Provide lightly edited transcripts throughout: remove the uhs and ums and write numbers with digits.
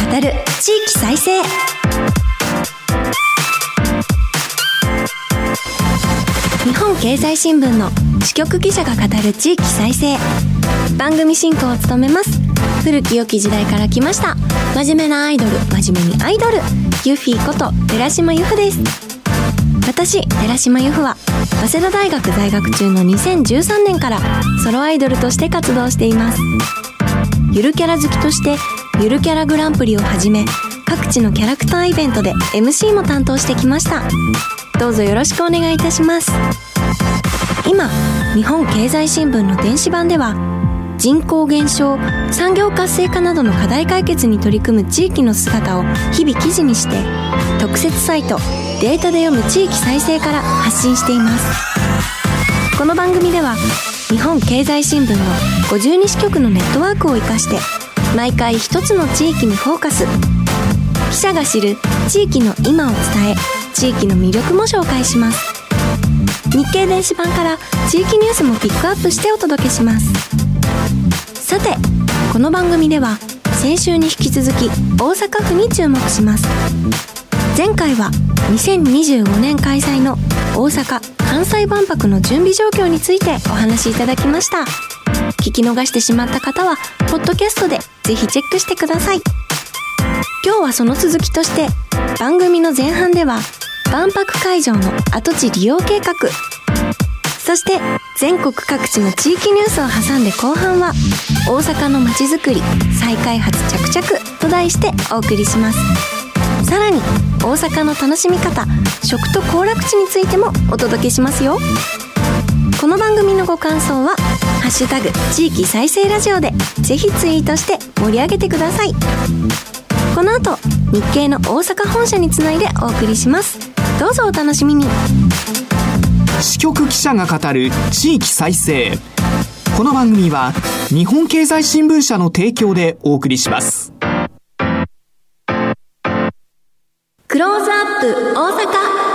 る地域再生。日本経済新聞の支局記者が語る地域再生。番組進行を務めます古き良き時代から来ました真面目なアイドル、真面目にアイドル、ユフィこと寺島由布です。私寺島由布は早稲田大学在学中の2013年からソロアイドルとして活動しています。ゆるキャラ好きとしてゆるキャラグランプリをはじめ、各地のキャラクターイベントで MC も担当してきました。どうぞよろしくお願いいたします。今日本経済新聞の電子版では、人口減少、産業活性化などの課題解決に取り組む地域の姿を日々記事にして、特設サイトデータで読む地域再生から発信しています。この番組では日本経済新聞の52支局のネットワークを生かして、毎回一つの地域にフォーカス。記者が知る地域の今を伝え、地域の魅力も紹介します。日経電子版から地域ニュースもピックアップしてお届けします。さて、この番組では先週に引き続き大阪府に注目します。前回は2025年開催の大阪・関西万博の準備状況についてお話しいただきました。聞き逃してしまった方はポッドキャストでぜひチェックしてください。今日はその続きとして、番組の前半では万博会場の跡地利用計画、そして全国各地の地域ニュースを挟んで後半は大阪のまちづくり再開発着々と題してお送りします。さらに大阪の楽しみ方、食と行楽地についてもお届けしますよ。この番組のご感想はハッシュタグ地域再生ラジオでぜひツイートして盛り上げてください。この後日経の大阪本社につないでお送りします。どうぞお楽しみに。 支局記者が語る地域再生。この番組は日本経済新聞社の提供でお送りします。 クローズアップ大阪。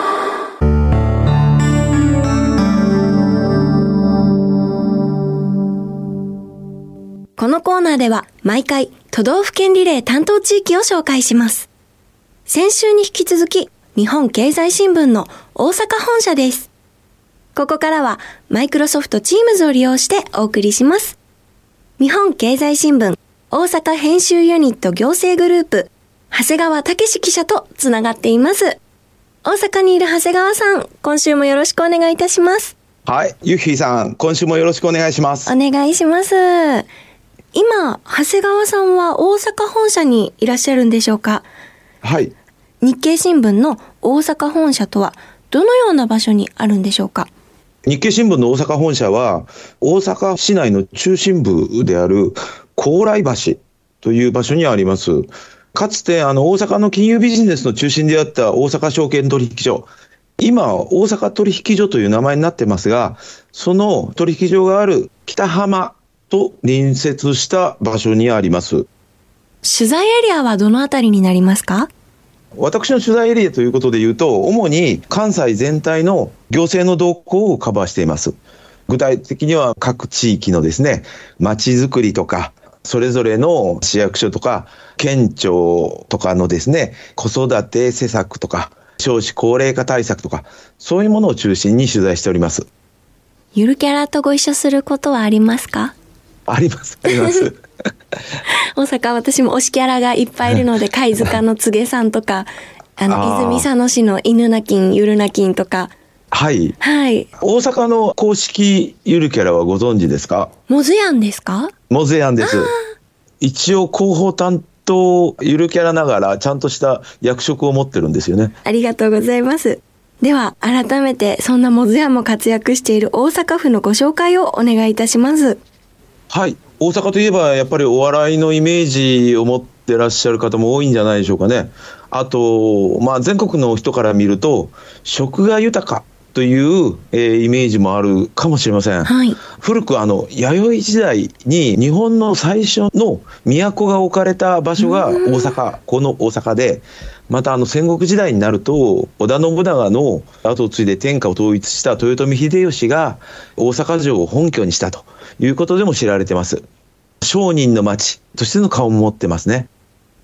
このコーナーでは毎回都道府県リレー担当地域を紹介します。先週に引き続き日本経済新聞の大阪本社です。ここからはマイクロソフト Teams を利用してお送りします。日本経済新聞大阪編集ユニット行政グループ長谷川武史記者とつながっています。大阪にいる長谷川さん、今週もよろしくお願いいたします。 はい、ゆひさん、今週もよろしくお願いします。 お願いします。今、長谷川さんは大阪本社にいらっしゃるんでしょうか？ はい。 日経新聞の大阪本社とはどのような場所にあるんでしょうか？ 日経新聞の大阪本社は、大阪市内の中心部である高麗橋という場所にあります。かつて大阪の金融ビジネスの中心であった大阪証券取引所、今大阪取引所という名前になってますが、その取引所がある北浜と隣接した場所にあります。 取材エリアはどのあたりになりますか？ 私の取材エリアということでいうと、主に関西全体の行政の動向をカバーしています。具体的には各地域のですね、街づくりとか、それぞれの市役所とか県庁とかのですね、子育て施策とか少子高齢化対策とか、そういうものを中心に取材しております。 ゆるキャラとご一緒することはありますか？ ありますあります大阪、私も推しキャラがいっぱいいるので貝塚の柘植さんとか泉佐野市の犬なきんゆるなきんとか。 はい、 はい、 大阪の公式ゆるキャラはご存知ですか？ モズヤンですか？ モズヤンです。一応広報担当ゆるキャラながらちゃんとした役職を持ってるんですよね。 ありがとうございます。では改めてそんなモズヤンも活躍している大阪府のご紹介をお願いいたします。 はい、大阪といえばやっぱりお笑いのイメージを持ってらっしゃる方も多いんじゃないでしょうかね。あと、全国の人から見ると食が豊かという、イメージもあるかもしれません。 はい、 古く弥生時代に日本の最初の都が置かれた場所が大阪、この大阪で、また戦国時代になると織田信長の後を継いで天下を統一した豊臣秀吉が大阪城を本拠にしたということでも知られてます。商人の町としての顔も持ってますね。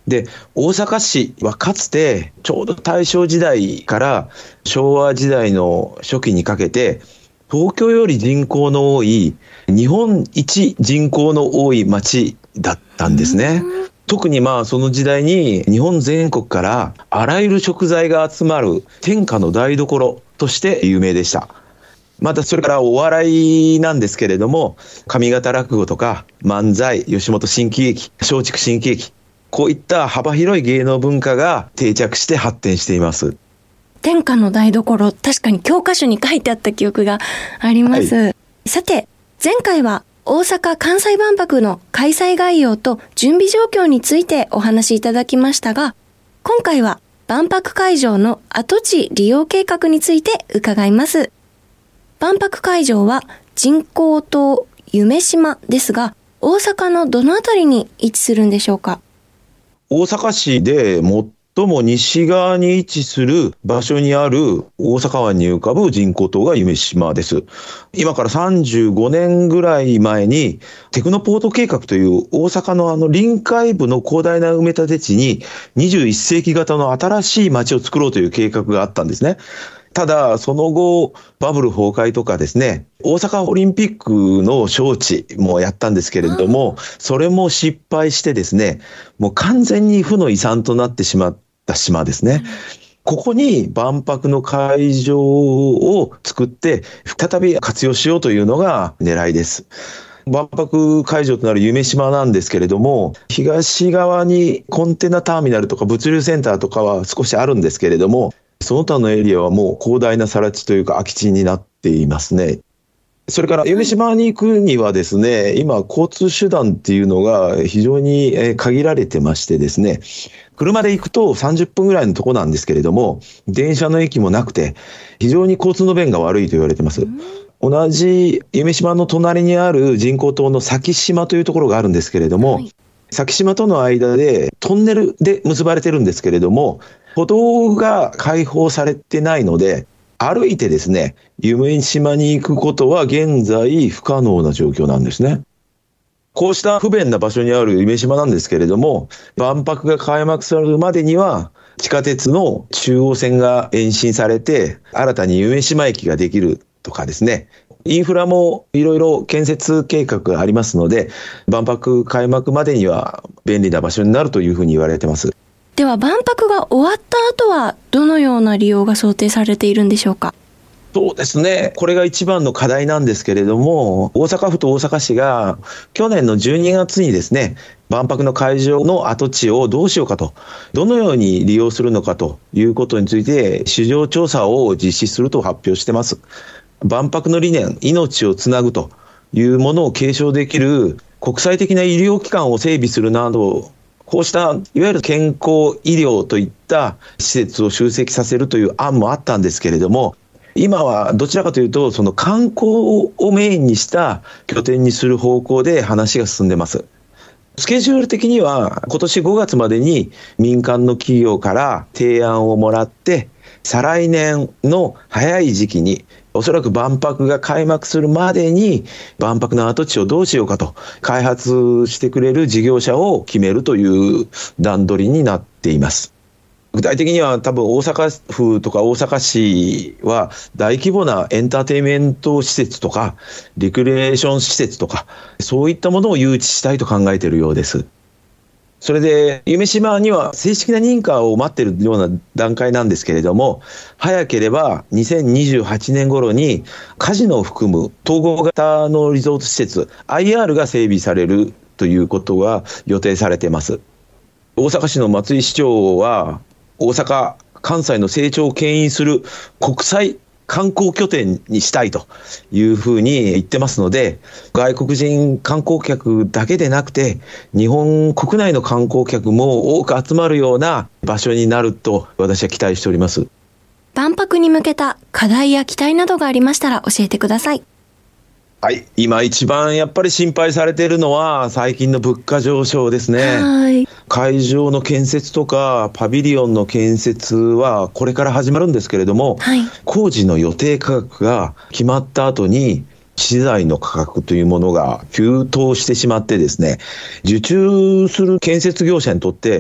で、大阪市はかつてちょうど大正時代から昭和時代の初期にかけて、東京より人口の多い日本一人口の多い町だったんですね。特にその時代に日本全国からあらゆる食材が集まる天下の台所として有名でした。またそれからお笑いなんですけれども、上方落語とか漫才、吉本新喜劇、松竹新喜劇、こういった幅広い芸能文化が定着して発展しています。 天下の台所、確かに教科書に書いてあった記憶があります。はい、さて、前回は大阪・関西万博の開催概要と準備状況についてお話しいただきましたが、今回は万博会場の跡地利用計画について伺います。万博会場は人工島夢洲ですが、大阪のどのあたりに位置するんでしょうか？ 大阪市で最も西側に位置する場所にある大阪湾に浮かぶ人工島が夢洲です。今から35年ぐらい前にテクノポート計画という大阪の臨海部の広大な埋め立て地に21世紀型の新しい街を作ろうという計画があったんですね。ただ、その後、バブル崩壊とかですね、大阪オリンピックの招致もやったんですけれども、それも失敗してですね、もう完全に負の遺産となってしまった島ですね。ここに万博の会場を作って、再び活用しようというのが狙いです。万博会場となる夢洲なんですけれども、東側にコンテナターミナルとか物流センターとかは少しあるんですけれども、その他のエリアはもう広大な更地というか空き地になっていますね。それから夢洲に行くにはですね、今交通手段っていうのが非常に限られてましてですね、車で行くと30分ぐらいのとこなんですけれども、電車の駅もなくて非常に交通の便が悪いと言われています。同じ夢洲の隣にある人工島の先島というところがあるんですけれども、先島との間でトンネルで結ばれてるんですけれども、歩道が開放されてないので、歩いてですね、夢洲に行くことは現在不可能な状況なんですね。こうした不便な場所にある夢洲なんですけれども、万博が開幕するまでには地下鉄の中央線が延伸されて、新たに夢洲駅ができるとかですね、インフラもいろいろ建設計画がありますので、万博開幕までには便利な場所になるというふうに言われています。 では万博が終わった後はどのような利用が想定されているんでしょうか？ そうですね。これが一番の課題なんですけれども、大阪府と大阪市が去年の12月にですね、万博の会場の跡地をどうしようかと、どのように利用するのかということについて市場調査を実施すると発表しています。万博の理念、命をつなぐというものを継承できる国際的な医療機関を整備するなど、こうしたいわゆる健康医療といった施設を集積させるという案もあったんですけれども、今はどちらかというとその観光をメインにした拠点にする方向で話が進んでます。スケジュール的には今年5月までに民間の企業から提案をもらって、再来年の早い時期におそらく万博が開幕するまでに万博の跡地をどうしようかと開発してくれる事業者を決めるという段取りになっています。具体的には多分大阪府とか大阪市は大規模なエンターテインメント施設とかリクリエーション施設とかそういったものを誘致したいと考えているようです。それで夢洲には正式な認可を待っているような段階なんですけれども、早ければ2028年頃にカジノを含む統合型のリゾート施設 IR が整備されるということが予定されています。大阪市の松井市長は大阪・関西の成長を牽引する国際観光拠点にしたいというふうに言ってますので、外国人観光客だけでなくて日本国内の観光客も多く集まるような場所になると私は期待しております。 万博に向けた課題や期待などがありましたら教えてください。 はい、今一番やっぱり心配されているのは最近の物価上昇ですね。 はい。 会場の建設とかパビリオンの建設はこれから始まるんですけれども、 はい、 工事の予定価格が決まった後に資材の価格というものが急騰してしまってですね、受注する建設業者にとって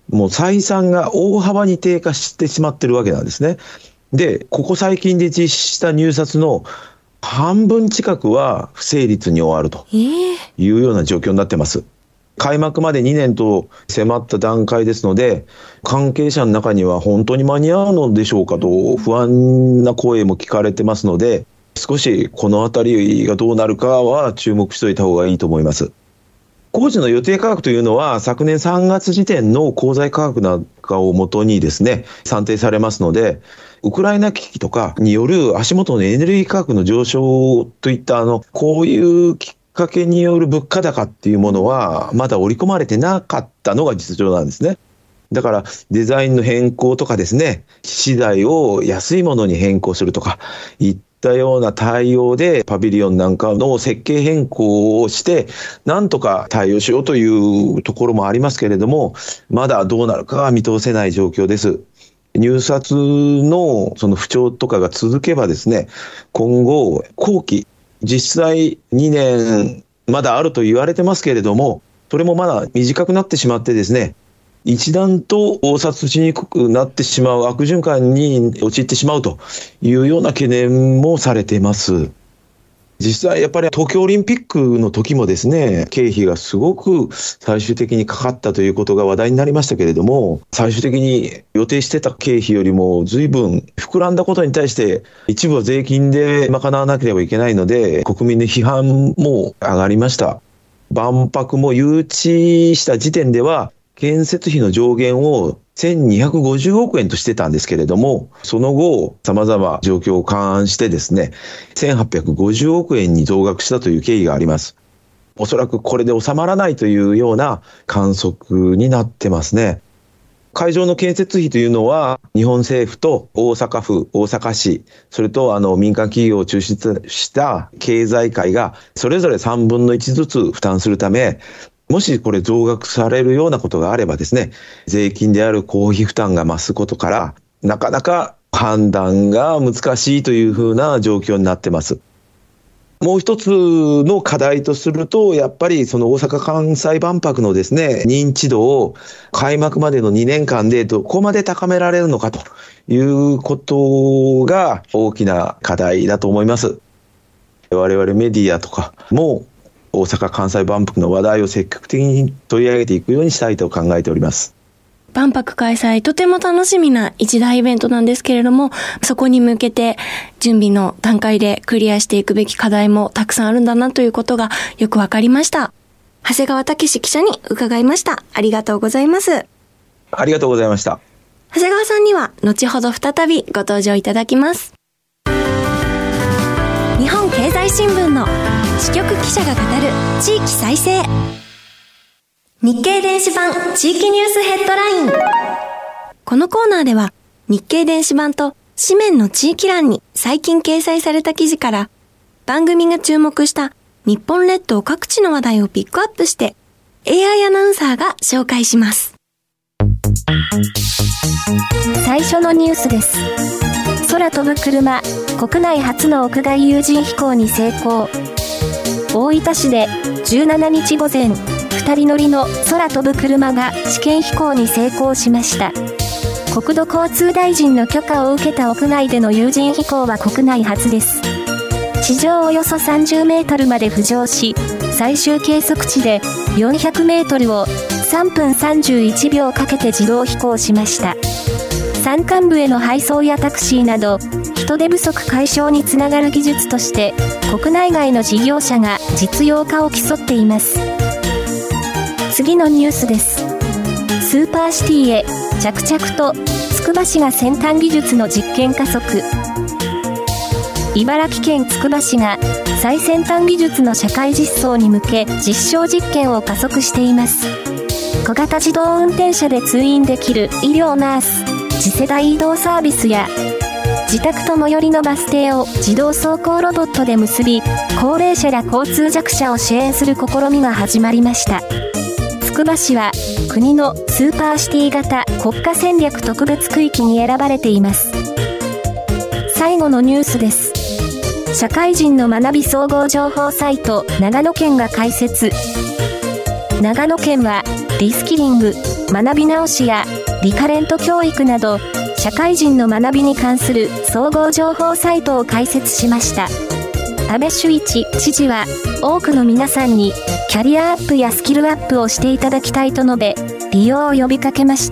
もう採算が大幅に低下してしまってるわけなんですね。で、ここ最近で実施した入札の半分近くは不成立に終わるというような状況になってます。開幕まで2年と迫った段階ですので、関係者の中には本当に間に合うのでしょうかと不安な声も聞かれてますので、少しこのあたりがどうなるかは注目しておいた方がいいと思います。工事の予定価格というのは昨年3月時点の鋼材価格なんかをもとにですね、算定されますので、ウクライナ危機とかによる足元のエネルギー価格の上昇といったこういうきっかけによる物価高っていうものはまだ織り込まれてなかったのが実情なんですね。だからデザインの変更とかですね、資材を安いものに変更するとかいったような対応でパビリオンなんかの設計変更をしてなんとか対応しようというところもありますけれども、まだどうなるかは見通せない状況です。入札のその不調とかが続けばですね、今後後期実際2年まだあると言われてますけれども、それもまだ短くなってしまってですね、一段と応札しにくくなってしまう悪循環に陥ってしまうというような懸念もされています。実際やっぱり東京オリンピックの時もですね、経費がすごく最終的にかかったということが話題になりましたけれども、最終的に予定してた経費よりも随分膨らんだことに対して一部は税金で賄わなければいけないので、国民の批判も上がりました。万博も誘致した時点では建設費の上限を1250億円としてたんですけれども、その後様々状況を勘案してですね、1850億円に増額したという経緯があります。おそらくこれで収まらないというような観測になってますね。会場の建設費というのは日本政府と大阪府、大阪市、それと民間企業を中心とした経済界がそれぞれ3分の1ずつ負担するため、もしこれ増額されるようなことがあればですね、税金である公費負担が増すことから、なかなか判断が難しいというふうな状況になってます。もう一つの課題とすると、やっぱりその大阪・関西万博のですね、認知度を開幕までの2年間でどこまで高められるのかということが大きな課題だと思います。我々メディアとかも大阪・関西万博の話題を積極的に取り上げていくようにしたいと考えております。 万博開催、とても楽しみな一大イベントなんですけれども、そこに向けて準備の段階でクリアしていくべき課題もたくさんあるんだなということがよくわかりました。長谷川武史記者に伺いました。ありがとうございます。 ありがとうございました。 長谷川さんには後ほど再びご登場いただきます。日本経済新聞の支局記者が語る地域再生。日経電子版地域ニュースヘッドライン。このコーナーでは日経電子版と紙面の地域欄に最近掲載された記事から番組が注目した日本列島各地の話題をピックアップして AI アナウンサーが紹介します。最初のニュースです。空飛ぶ車、国内初の屋外有人飛行に成功。大分市で17日午前、2人乗りの空飛ぶ車が試験飛行に成功しました。国土交通大臣の許可を受けた屋外での有人飛行は国内初です。地上およそ30メートルまで浮上し、最終計測値で400メートルを3分31秒かけて自動飛行しました。山間部への配送やタクシーなど、人手不足解消につながる技術として、国内外の事業者が実用化を競っています。次のニュースです。スーパーシティへ着々とつくば市が先端技術の実験加速。茨城県つくば市が最先端技術の社会実装に向け実証実験を加速しています。小型自動運転車で通院できる医療ナース次世代移動サービスや自宅と最寄りのバス停を自動走行ロボットで結び、高齢者や交通弱者を支援する試みが始まりました。つくば市は国のスーパーシティ型国家戦略特別区域に選ばれています。最後のニュースです。社会人の学び総合情報サイト長野県が開設。長野県はリスキリング、 学び直しやリカレント教育など社会人の学びに関する総合情報サイトを開設しました。安倍首一知事は多くの皆さんにキャリアアップやスキルアップをしていただきたいと述べ、利用を呼びかけました。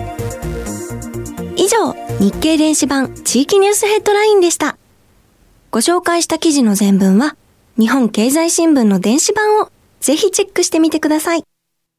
以上、日経電子版地域ニュースヘッドラインでした。ご紹介した記事の全文は日本経済新聞の電子版をぜひチェックしてみてください。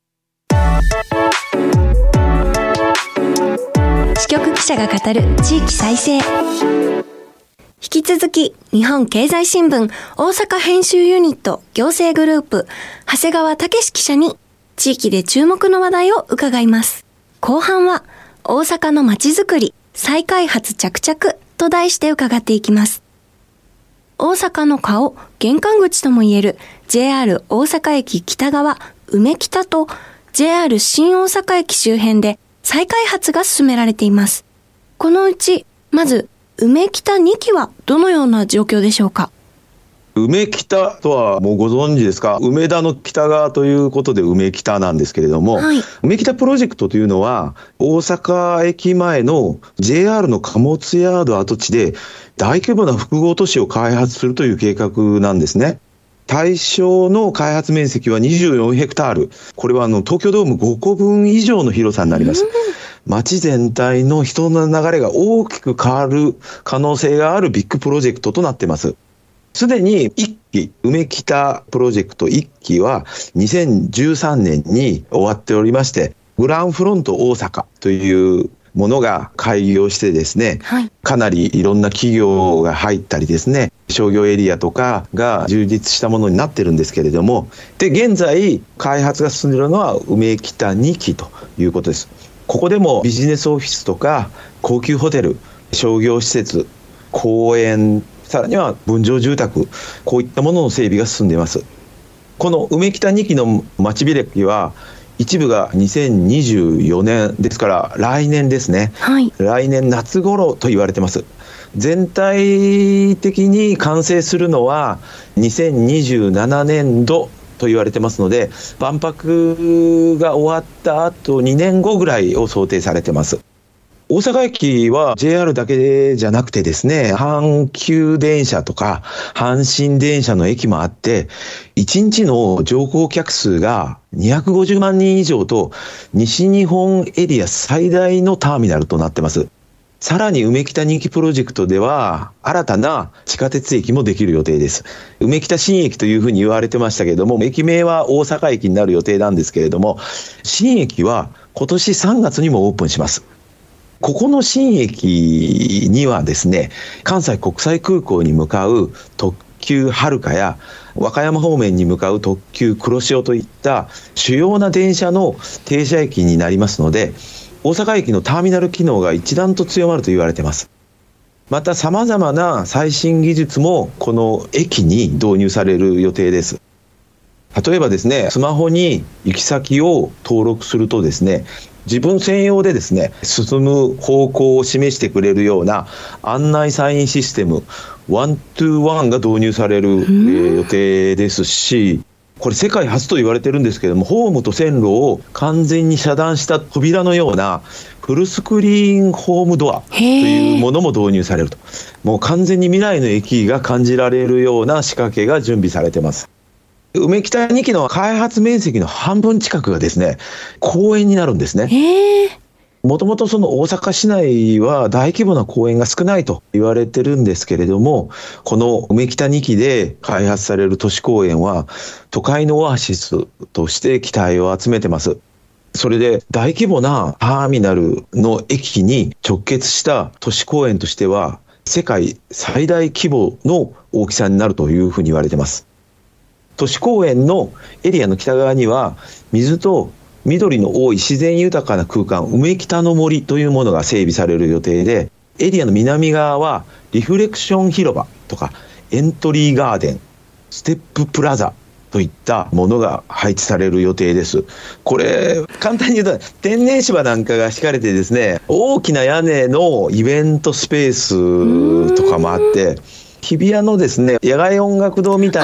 支局記者が語る地域再生。引き続き日本経済新聞大阪編集ユニット行政グループ長谷川武史記者に地域で注目の話題を伺います。後半は大阪のまちづくり再開発着々と題して伺っていきます。大阪の顔、玄関口ともいえる JR 大阪駅北側梅北と JR 新大阪駅周辺で再開発が進められています。このうちまず梅北2期はどのような状況でしょうか。 梅北とはもうご存知ですか。梅田の北側ということで梅北なんですけれども、 はい、 梅北プロジェクトというのは大阪駅前の JR の貨物ヤード跡地で大規模な複合都市を開発するという計画なんですね。対象の開発面積は24ヘクタール。これは東京ドーム5個分以上の広さになります。街全体の人の流れが大きく変わる可能性があるビッグプロジェクトとなっています。すでに1期、梅北プロジェクト1期は2013年に終わっておりまして、グランフロント大阪というものが開業してですね、 はい、 かなりいろんな企業が入ったりですね、商業エリアとかが充実したものになってるんですけれども、で、現在開発が進んでいるのは梅北2期ということです。ここでもビジネスオフィスとか高級ホテル、商業施設、公園、さらには分譲住宅、こういったものの整備が進んでいます。この梅北2期の町開きは一部が2024年ですから来年ですね、 はい、 来年夏頃と言われてます。全体的に完成するのは2027年度と言われてますので、万博が終わった後2年後ぐらいを想定されてます。大阪駅は JR だけじゃなくてですね、阪急電車とか阪神電車の駅もあって、1日の乗降客数が250万人以上と、西日本エリア最大のターミナルとなってます。さらに梅北2期プロジェクトでは新たな地下鉄駅もできる予定です。梅北新駅というふうに言われてましたけれども、駅名は大阪駅になる予定なんですけれども、新駅は今年3月にもオープンします。ここの新駅にはですね、関西国際空港に向かう特急はるかや和歌山方面に向かう特急黒潮といった主要な電車の停車駅になりますので、大阪駅のターミナル機能が一段と強まると言われています。また様々な最新技術もこの駅に導入される予定です。例えばですね、スマホに行き先を登録するとですね、自分専用でですね、進む方向を示してくれるような案内サインシステム、ワントゥーワンが導入される、予定ですし、これ世界初と言われてるんですけども、ホームと線路を完全に遮断した扉のようなフルスクリーンホームドアというものも導入されると。もう完全に未来の駅が感じられるような仕掛けが準備されています。梅北2期の開発面積の半分近くがですね、公園になるんですね。もともとその大阪市内は大規模な公園が少ないと言われてるんですけれども、この梅北2期で開発される都市公園は都会のオアシスとして期待を集めてます。それで大規模なターミナルの駅に直結した都市公園としては世界最大規模の大きさになるというふうに言われてます。都市公園のエリアの北側には水と緑の多い自然豊かな空間、梅北の森というものが整備される予定で、エリアの南側はリフレクション広場とかエントリーガーデン、ステッププラザといったものが配置される予定です。これ簡単に言うと天然芝なんかが敷かれてですね、大きな屋根のイベントスペースとかもあって、日比谷のですね野外音楽堂みたいな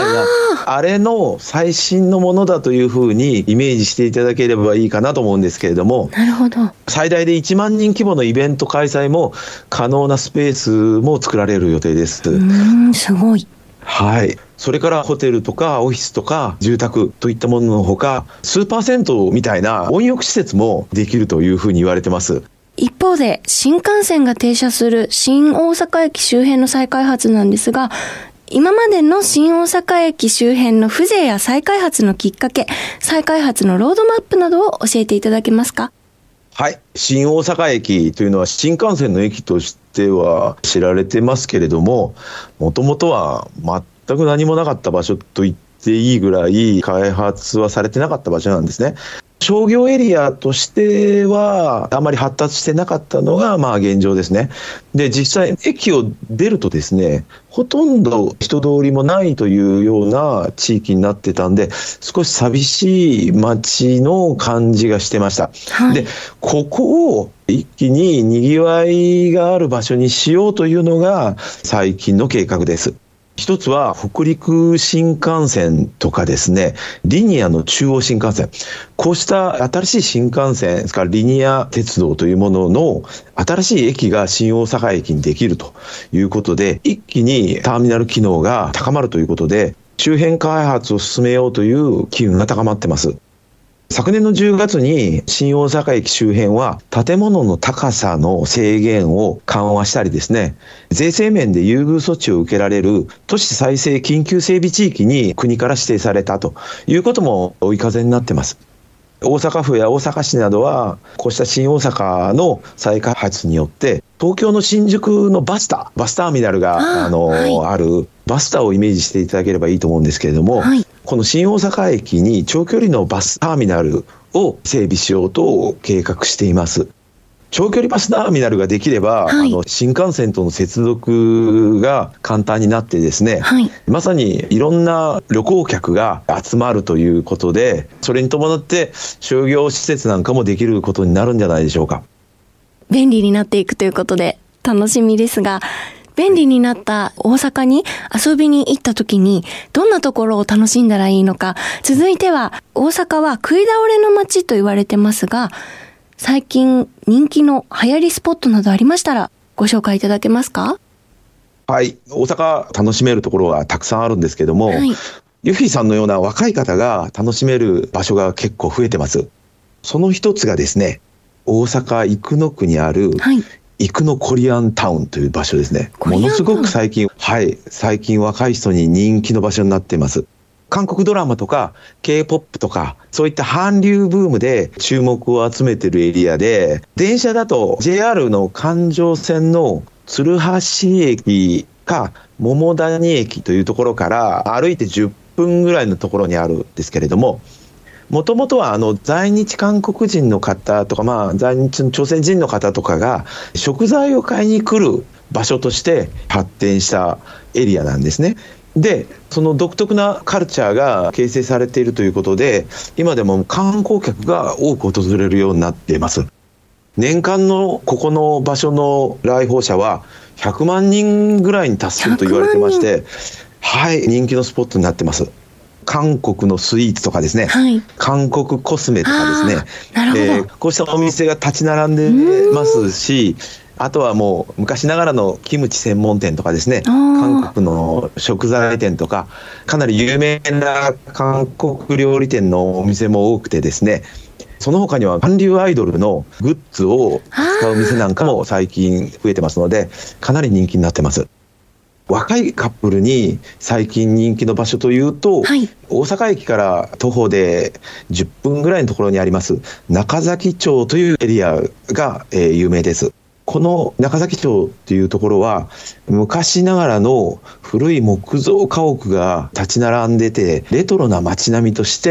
あれの最新のものだというふうにイメージしていただければいいかなと思うんですけれども、 なるほど。 最大で1万人規模のイベント開催も可能なスペースも作られる予定です。 すごい。 はい。それからホテルとかオフィスとか住宅といったもののほか、スーパー銭湯みたいな温浴施設もできるというふうに言われてます。 一方で新幹線が停車する新大阪駅周辺の再開発なんですが、今までの新大阪駅周辺の風情や再開発のきっかけ、再開発のロードマップなどを教えていただけますか？ はい。新大阪駅というのは新幹線の駅としては知られてますけれども、もともとは全く何もなかった場所と言っていいぐらい開発はされてなかった場所なんですね。商業エリアとしてはあまり発達してなかったのが現状ですね。で、実際駅を出るとですね、ほとんど人通りもないというような地域になってたんで、少し寂しい街の感じがしてました。はい、で、ここを一気に賑わいがある場所にしようというのが最近の計画です。一つは北陸新幹線とかですね、リニアの中央新幹線。こうした新しい新幹線、ですからリニア鉄道というものの新しい駅が新大阪駅にできるということで、一気にターミナル機能が高まるということで、周辺開発を進めようという機運が高まってます。昨年の10月に新大阪駅周辺は建物の高さの制限を緩和したりですね、税制面で優遇措置を受けられる都市再生緊急整備地域に国から指定されたということも追い風になっています。大阪府や大阪市などはこうした新大阪の再開発によって東京の新宿のバスターミナルがあるバスタをイメージしていただければいいと思うんですけれども、はい、この新大阪駅に長距離のバスターミナルを整備しようと計画しています。長距離バスターミナルができれば、はい、新幹線との接続が簡単になってですね、はい、まさにいろんな旅行客が集まるということで、それに伴って商業施設なんかもできることになるんじゃないでしょうか。 便利になっていくということで楽しみですが、便利になった大阪に遊びに行った時にどんなところを楽しんだらいいのか。続いては大阪は食い倒れの街と言われてますが、最近人気の流行りスポットなどありましたらご紹介いただけますか？ はい、大阪楽しめるところはたくさんあるんですけども、はい、ユフィさんのような若い方が楽しめる場所が結構増えてます。その一つがですね、大阪生野区にある、はい生野コリアンタウンという場所ですね。ものすごく最近若い人に人気の場所になっています。韓国ドラマとか K-POP とかそういった韓流ブームで注目を集めているエリアで、電車だと JR の環状線の鶴橋駅か桃谷駅というところから歩いて10分ぐらいのところにあるんですけれども、もともとは在日韓国人の方とか、在日の朝鮮人の方とかが食材を買いに来る場所として発展したエリアなんですね。で、その独特なカルチャーが形成されているということで、今でも観光客が多く訪れるようになっています。年間のここの場所の来訪者は100万人ぐらいに達すると言われてまして、はい、人気のスポットになってます。韓国のスイーツとかですね、はい、韓国コスメとかですね、こうしたお店が立ち並んでますし、あとはもう昔ながらのキムチ専門店とかですね、韓国の食材店とか、かなり有名な韓国料理店のお店も多くてですね、その他には韓流アイドルのグッズを使う店なんかも最近増えてますので、かなり人気になってます。若いカップルに最近人気の場所というと、はい、大阪駅から徒歩で10分ぐらいのところにあります中崎町というエリアが、有名です。この中崎町というところは昔ながらの古い木造家屋が立ち並んでて、レトロな街並みとして、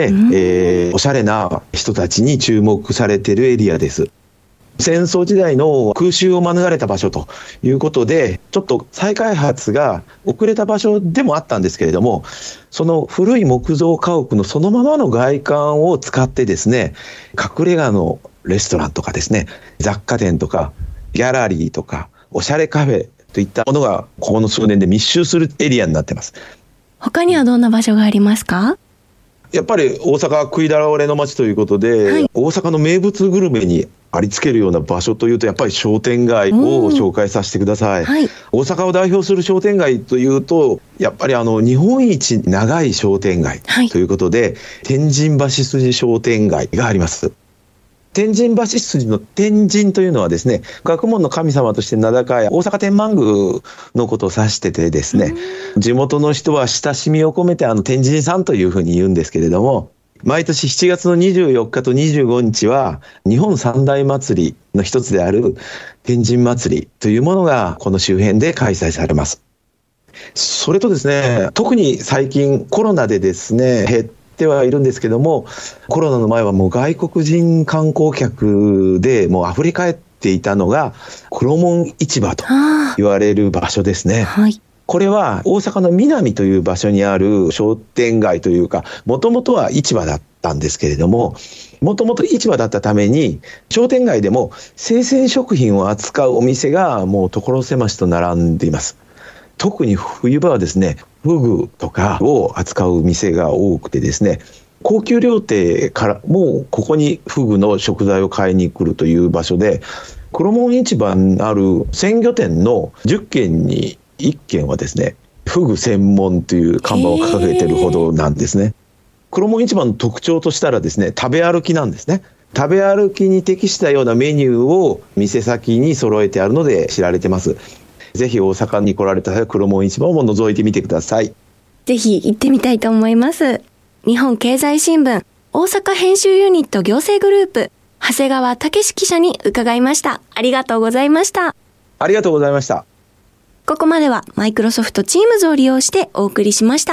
おしゃれな人たちに注目されているエリアです。戦争時代の空襲を免れた場所ということで、ちょっと再開発が遅れた場所でもあったんですけれども、その古い木造家屋のそのままの外観を使ってですね、隠れ家のレストランとかですね、雑貨店とかギャラリーとかおしゃれカフェといったものがここの数年で密集するエリアになっています。 他にはどんな場所がありますか？ やっぱり大阪は食いだられの街ということで、はい、大阪の名物グルメにありつけるような場所というと、やっぱり商店街を紹介させてください。はい、大阪を代表する商店街というと、やっぱり日本一長い商店街ということで、はい、天神橋筋商店街があります。天神橋筋の天神というのはですね、学問の神様として名高い大阪天満宮のことを指しててですね、地元の人は親しみを込めて天神さんというふうに言うんですけれども、毎年7月の24日と25日は日本三大祭りの一つである天神祭りというものがこの周辺で開催されます。それとですね、特に最近コロナでですね、減ってはいるんですけども、コロナの前はもう外国人観光客でもう溢れ返っていたのが黒門市場と言われる場所ですね。はい、これは大阪の南という場所にある商店街というか、もともとは市場だったんですけれども、もともと市場だったために商店街でも生鮮食品を扱うお店がもう所狭しと並んでいます。特に冬場はですね、フグとかを扱う店が多くてですね、高級料亭からもここにフグの食材を買いに来るという場所で、黒門市場にある鮮魚店の10軒に1軒はですね、フグ専門という看板を掲げているほどなんですね。黒門市場の特徴としたらですね、食べ歩きなんですね。食べ歩きに適したようなメニューを店先に揃えてあるので知られてます。ぜひ大阪に来られたら黒門市場も覗いてみてください。 ぜひ行ってみたいと思います。日本経済新聞大阪編集ユニット行政グループ長谷川武史記者に伺いました。ありがとうございました。 ありがとうございました。 ここまではマイクロソフト Teams を利用してお送りしました。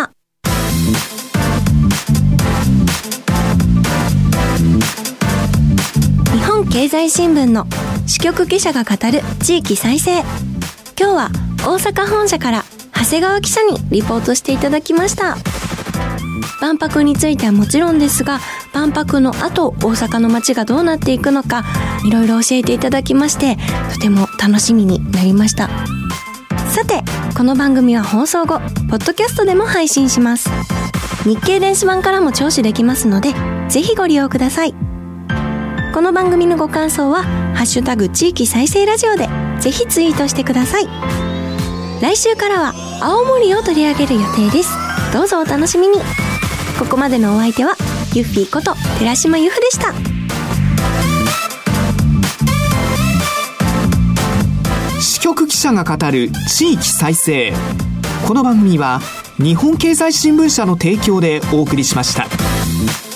日本経済新聞の支局記者が語る地域再生。今日は大阪本社から長谷川記者にリポートしていただきました。万博についてはもちろんですが、万博の後大阪の街がどうなっていくのかいろいろ教えていただきまして、とても楽しみになりました。さて、この番組は放送後ポッドキャストでも配信します。日経電子版からも聴取できますので、ぜひご利用ください。この番組のご感想はハッシュタグ地域再生ラジオでぜひツイートしてください。来週からは青森を取り上げる予定です。どうぞお楽しみに。ここまでのお相手はユッフィーこと寺島由布でした。 支局記者が語る地域再生。この番組は日本経済新聞社の提供でお送りしました。